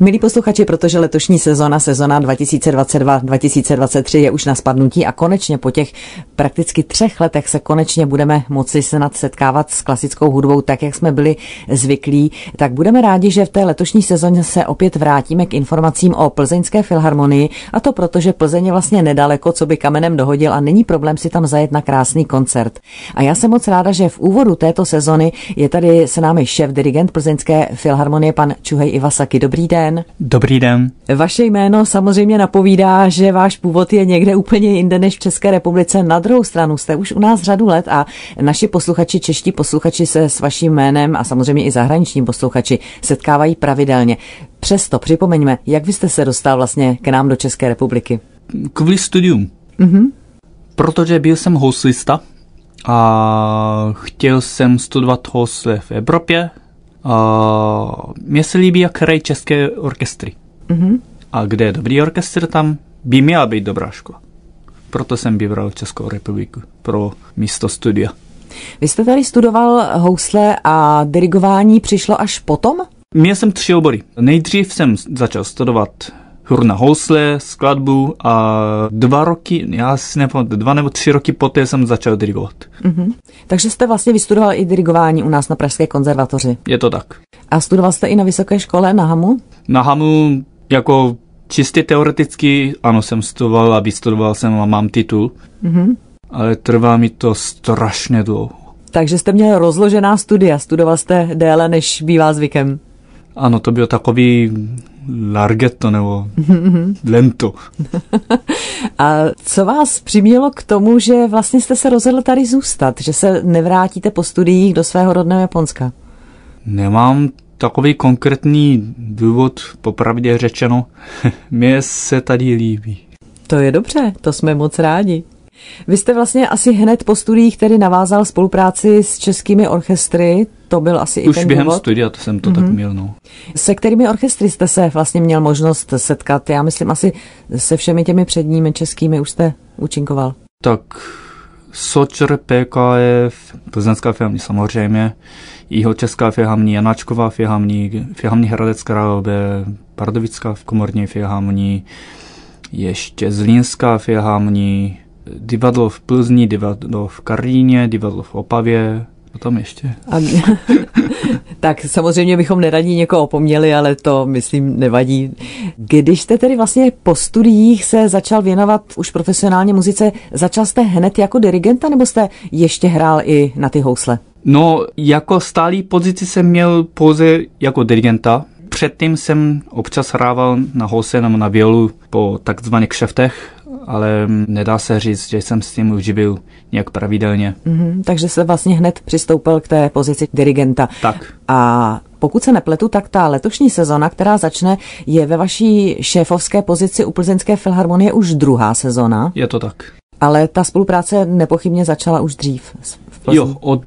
Milí posluchači, protože letošní sezona 2022-2023 je už na spadnutí a konečně po těch prakticky 3 letech se konečně budeme moci snad setkávat s klasickou hudbou tak, jak jsme byli zvyklí, tak budeme rádi, že v té letošní sezóně se opět vrátíme k informacím o Plzeňské filharmonii, a to proto, že Plzeň je vlastně nedaleko, co by kamenem dohodil, a není problém si tam zajet na krásný koncert. A já jsem moc ráda, že v úvodu této sezony je tady s námi šéf dirigent Plzeňské filharmonie pan Chuhei Iwasaki. Dobrý den. Dobrý den. Vaše jméno samozřejmě napovídá, že váš původ je někde úplně jinde než v České republice. Na druhou stranu jste už u nás řadu let a naši posluchači, čeští posluchači se s vaším jménem a samozřejmě i zahraniční posluchači setkávají pravidelně. Přesto připomeňme, jak vy jste se dostal vlastně k nám do České republiky? Kvůli studium. Protože byl jsem houslista a chtěl jsem studovat housle v Evropě. Mně se líbí, jak hrají české orchestry. A kde je dobrý orchestr, tam by měla být dobrá škola. Proto jsem vybral Českou republiku pro místo studia. Vy jste tady studoval housle a dirigování přišlo až potom? Měl jsem 3 obory. Nejdřív jsem začal studovat hru na housle, skladbu a 2 roky, já si nepamatuji, 2 nebo 3 roky poté jsem začal dirigovat. Takže jste vlastně vystudoval i dirigování u nás na Pražské konzervatoři. Je to tak. A studoval jste i na vysoké škole na Hamu? Na Hamu jako čistě teoreticky, ano, jsem studoval a vystudoval jsem a mám titul, ale trvá mi to strašně dlouho. Takže jste měl rozložená studia, studoval jste déle, než bývá zvykem. Ano, to bylo takový larghetto nebo lento. A co vás přimělo k tomu, že vlastně jste se rozhodl tady zůstat, že se nevrátíte po studiích do svého rodného Japonska? Nemám takový konkrétní důvod, popravdě řečeno. Mně se tady líbí. To je dobře, to jsme moc rádi. Vy jste vlastně asi hned po studiích tedy navázal spolupráci s českými orchestry, to byl asi už i ten během důvod? studia, to jsem to tak měl, no. Se kterými orchestry jste se vlastně měl možnost setkat? Já myslím asi se všemi těmi předními českými už jste účinkoval. Tak Sočr, PKF, Plzeňská filharmonie samozřejmě, Jihočeská filharmonie, Janáčková filharmonie, Hradec Králové, Pardubická komorní filharmonie, ještě Zlínská filharmonie, divadlo v Plzni, divadlo v Karlíně, divadlo v Opavě, a tam ještě. Tak samozřejmě bychom neradi někoho opomněli, ale to, myslím, nevadí. Když jste tedy vlastně po studiích se začal věnovat už profesionálně muzice, začal jste hned jako dirigenta, nebo jste ještě hrál i na ty housle? No, jako stálý pozici jsem měl pouze jako dirigenta. Předtím jsem občas hrával na housle nebo na violu po takzvaných kšeftech, ale nedá se říct, že jsem s tím uživil nějak pravidelně. Takže se vlastně hned přistoupil k té pozici dirigenta. Tak. A pokud se nepletu, tak ta letošní sezona, která začne, je ve vaší šéfovské pozici u Plzeňské filharmonie už 2. sezona. Je to tak. Ale ta spolupráce nepochybně začala už dřív v Plzni. Jo, od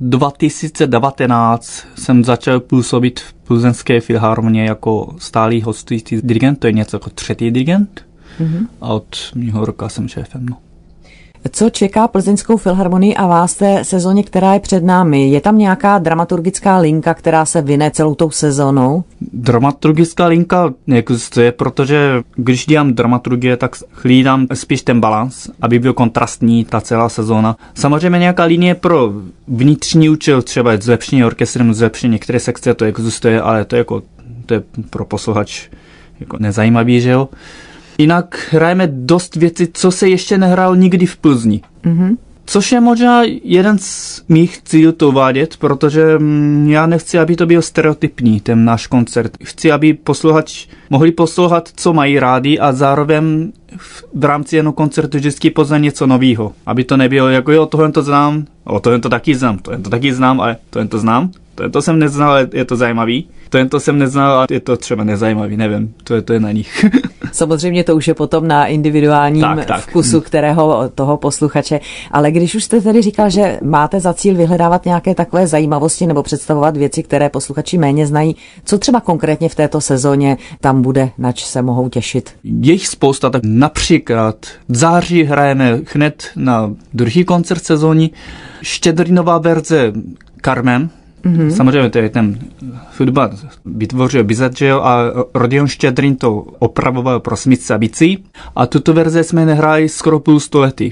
2019 jsem začal působit v Plzeňské filharmonii jako stálý hostující dirigent, to je něco jako 3. dirigent. A od mého roka jsem šéfem. No. Co čeká Plzeňskou filharmonii a vás té sezóně, která je před námi? Je tam nějaká dramaturgická linka, která se vyne celou tou sezónou? Dramaturgická linka neexistuje, protože když dělám dramaturgie, tak hlídám spíš ten balans, aby byl kontrastní ta celá sezóna. Samozřejmě nějaká linie pro vnitřní účel, třeba zlepšení orchestrem, zlepšení některé sekce, to existuje, ale to je pro posluchač jako nezajímavý, že jo? Jinak hrajeme dost věcí, co se ještě nehrál nikdy v Plzni. Což je možná jeden z mých cílů to uvádět, protože já nechci, aby to byl stereotypní, ten náš koncert. Chci, aby posluchač mohli poslouchat, co mají rádi a zároveň v rámci jednoho koncertu vždycky poznat něco nového. Aby to nebylo jako jo, tohle to znám, tohle to taky znám, ale tohle to znám. To jsem neznal, ale je to zajímavý. To jsem neznal, ale je to třeba nezajímavý, nevím, to je na nich. Samozřejmě to už je potom na individuálním vkusu kterého toho posluchače, ale když už jste tedy říkal, že máte za cíl vyhledávat nějaké takové zajímavosti nebo představovat věci, které posluchači méně znají, co třeba konkrétně v této sezóně tam bude, nač se mohou těšit? Je jich spousta, tak například v září hrajeme hned na druhý koncert sezóny Štědrinová verze Carmen, Samozřejmě to je ten hudba vytvořil Bizet, že jo, a Rodion Štědrin to opravoval pro Smiths a bicí. A tuto verzi jsme nehráli skoro půl století.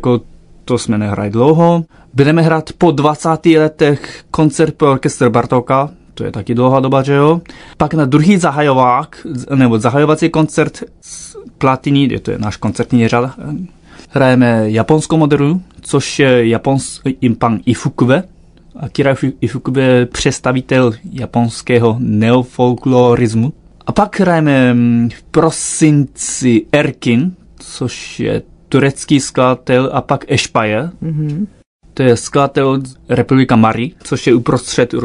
To jsme nehráli dlouho. Budeme hrát po 20 letech koncert pro orchestr Bartóka. To je taky dlouhá doba, že jo. Pak na druhý zahajovací koncert z Platiny, to je náš koncertní řád, hrajeme japonskou modernu, což je pan Ifukube. Akira Ifukube je představitel japonského neofolklorismu. A pak hrajeme v prosinci Erkin, což je turecký skladatel, a pak Ešpaje. To je skladatel Republika Mali, což je uprostřed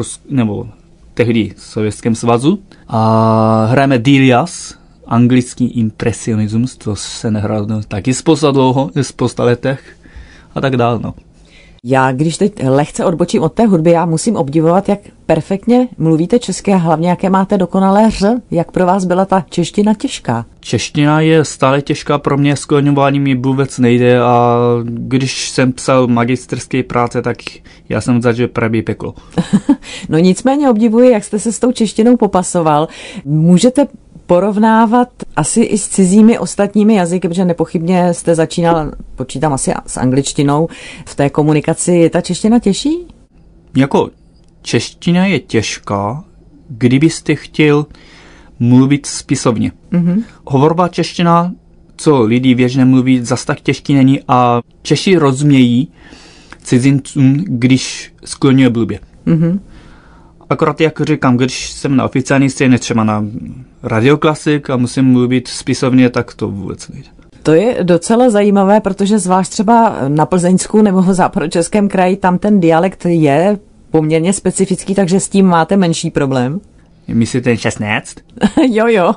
tehdy v Sovětském svazu. A hrajeme Dilias, anglický impresionismus, to se nehrál taky spousta letech a tak dále. No. Já, když teď lehce odbočím od té hudby, já musím obdivovat, jak perfektně mluvíte česky a hlavně, jaké máte dokonalé ř. Jak pro vás byla ta čeština těžká? Čeština je stále těžká pro mě, skloňování mi vůbec nejde a když jsem psal magisterské práce, tak já jsem zažil právě peklo. No nicméně obdivuji, jak jste se s tou češtinou popasoval. Můžete porovnávat asi i s cizími ostatními jazyky, protože nepochybně jste začínal, počítám asi s angličtinou, v té komunikaci. Je ta čeština těžší? Jako čeština je těžká, kdybyste chtěl mluvit spisovně. Hovorová čeština, co lidi běžně mluví, zas tak těžký není a Češi rozumějí cizincům, když skloňuje blbě. Akorát, jak říkám, když jsem na oficiální scéně, třeba na radioklasik a musím mluvit spisovně, tak to vůbec nejde. To je docela zajímavé, protože zvlášť třeba na Plzeňsku nebo v západočeském kraji, tam ten dialekt je poměrně specifický, takže s tím máte menší problém. Myslíte 16? Jo. Jo,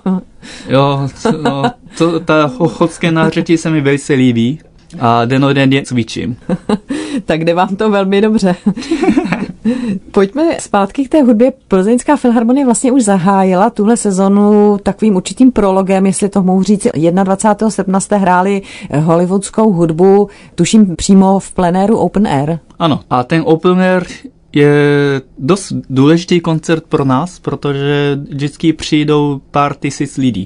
ta chodské nářečí se mi velice líbí a den o den je cvičím. Tak jde vám to velmi dobře. Pojďme zpátky k té hudbě. Plzeňská filharmonie vlastně už zahájila tuhle sezonu takovým určitým prologem, jestli to mohu říct. 21. srpna jste hráli hollywoodskou hudbu, tuším přímo v plenéru Open Air. Ano, a ten Open Air je dost důležitý koncert pro nás, protože vždycky přijdou pár tisíc lidí.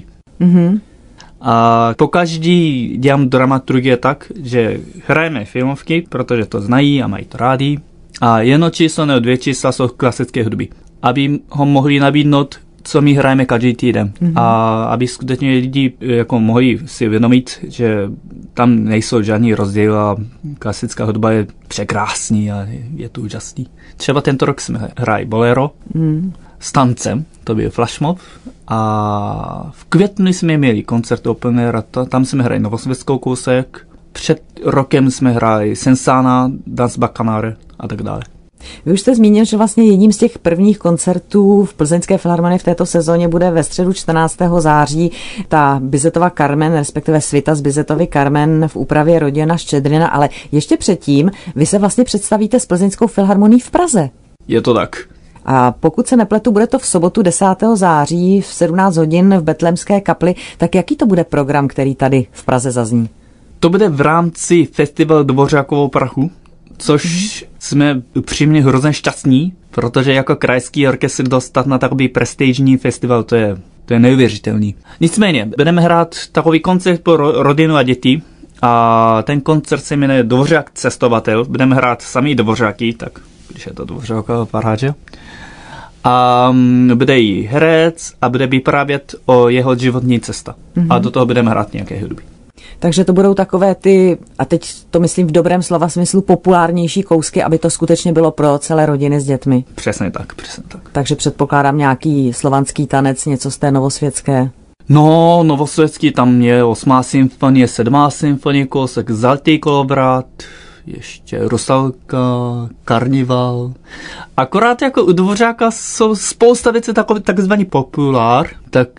A pokaždý dělám dramaturgie tak, že hrajeme filmovky, protože to znají a mají to rádi. A jedno číslo nebo dvě čísla jsou klasické hudby. Aby ho mohli nabídnout, co my hrajeme každý týden. A aby skutečně lidi jako mohli si uvědomit, že tam nejsou žádný rozdíl a klasická hudba je překrásný a je to úžasný. Třeba tento rok jsme hráli bolero s tancem, to byl flashmob. A v květnu jsme měli koncert Open Air a tam jsme hráli Novosvětskou kousek. Před rokem jsme hráli Sensana, Dance Bacchanare a tak dále. Vy už jste zmínil, že vlastně jedním z těch prvních koncertů v Plzeňské filharmonii v této sezóně bude ve středu 14. září ta Bizetova Carmen, respektive svita z Bizetovy Carmen v úpravě Rodiona Štědrina, ale ještě předtím vy se vlastně představíte s Plzeňskou filharmonií v Praze. Je to tak. A pokud se nepletu, bude to v sobotu 10. září v 17 hodin v Betlémské kapli, tak jaký to bude program, který tady v Praze zazní? To bude v rámci festivalu Dvořákovou prachu, což jsme upřímně hrozně šťastní, protože jako krajský orchestr dostat na takový prestižní festival, to je neuvěřitelný. Nicméně, budeme hrát takový koncert pro rodinu a děti a ten koncert se jmenuje Dvořák cestovatel. Budeme hrát sami Dvořáky, tak když je to Dvořáková paráže. A bude jí herec a bude vyprávět o jeho životní cesta. A do toho budeme hrát nějaké hudby. Takže to budou takové ty, a teď to myslím v dobrém slova smyslu, populárnější kousky, aby to skutečně bylo pro celé rodiny s dětmi. Přesně tak. Takže předpokládám nějaký slovanský tanec, něco z té novosvětské. No, novosvětský tam je 8. symfonie, 7. symfonie, kousek Zlatý kolovrat, ještě Rusalka, Karnival. Akorát jako u Dvořáka jsou spousta věcí takzvaný populár, tak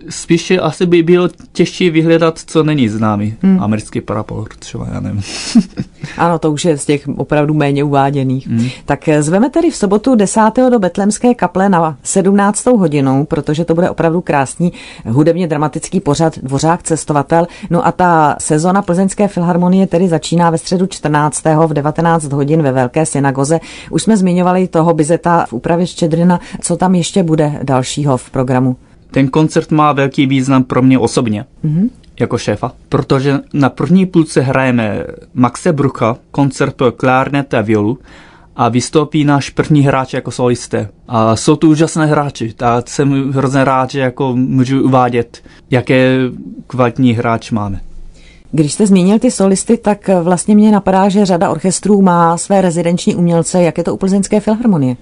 spíše asi by bylo těžší vyhledat, co není známý. Americký prapor, třeba, já nevím. Ano, to už je z těch opravdu méně uváděných. Tak zveme tedy v sobotu 10. do Betlémské kaple na 17. hodinu, protože to bude opravdu krásný hudebně dramatický pořad Dvořák cestovatel. No a ta sezona Plzeňské filharmonie tedy začíná ve středu 14. v 19 hodin ve Velké synagoze. Už jsme zmiňovali toho Bizeta v úpravě Štědrina. Co tam ještě bude dalšího v programu? Ten koncert má velký význam pro mě osobně, jako šéfa, protože na první půlce hrajeme Maxe Brucha, koncert pro klárnet a violu, a vystoupí náš první hráč jako solisté. A jsou to úžasné hráči. A jsem hrozně rád, že jako můžu uvádět, jaké kvalitní hráč máme. Když jste zmínil ty solisty, tak vlastně mě napadá, že řada orchestrů má své rezidenční umělce. Jak je to u Plzeňské filharmonie?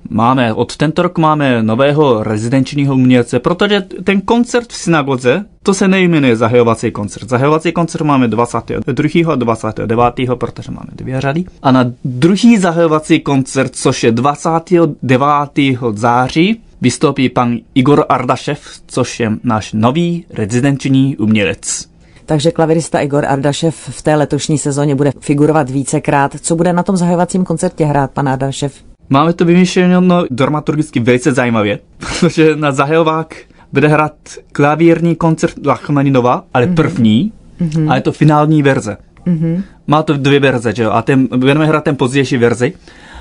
Od tento rok máme nového rezidenčního umělce, protože ten koncert v synagoze, to se nejmenuje zahajovací koncert. Zahajovací koncert máme 22. a 29., protože máme 2 řady. A na druhý zahajovací koncert, což je 29. září, vystoupí pan Igor Ardašev, což je náš nový rezidenční umělec. Takže klavirista Igor Ardašev v té letošní sezóně bude figurovat vícekrát. Co bude na tom zahajovacím koncertě hrát pan Ardašev? Máme to vymýšleno dramaturgicky velice zajímavě, protože na zahajovák bude hrát klavírní koncert Rachmaninova, ale první, a je to finální verze. Má to 2 verze, že jo? A budeme hrát ten pozdější verzi.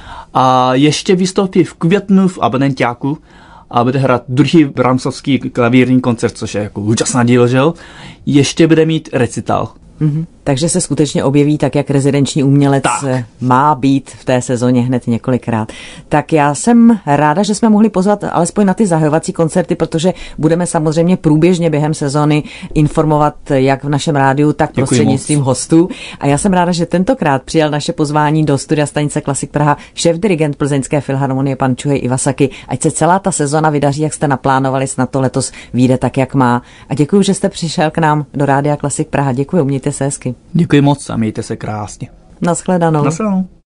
A ještě vystoupí v květnu v Abnentiáku a bude hrát druhý Brahmsovský klavírní koncert, což je jako úžasná dílo, že jo? Ještě bude mít recital. Takže se skutečně objeví tak, jak rezidenční umělec má být v té sezóně hned několikrát. Tak já jsem ráda, že jsme mohli pozvat alespoň na ty zahajovací koncerty, protože budeme samozřejmě průběžně během sezóny informovat jak v našem rádiu, tak prostřednictvím hostů. A já jsem ráda, že tentokrát přijal naše pozvání do studia stanice Klasik Praha šéfdirigent Plzeňské filharmonie pan Chuhei Iwasaki. Ať se celá ta sezona vydaří, jak jste naplánovali, snad to letos vyjde tak, jak má. A děkuji, že jste přišel k nám do rádia Klasik Praha. Děkuji, mějte se hezky. Děkuji moc a mějte se krásně. Nashledanou. Nashledanou.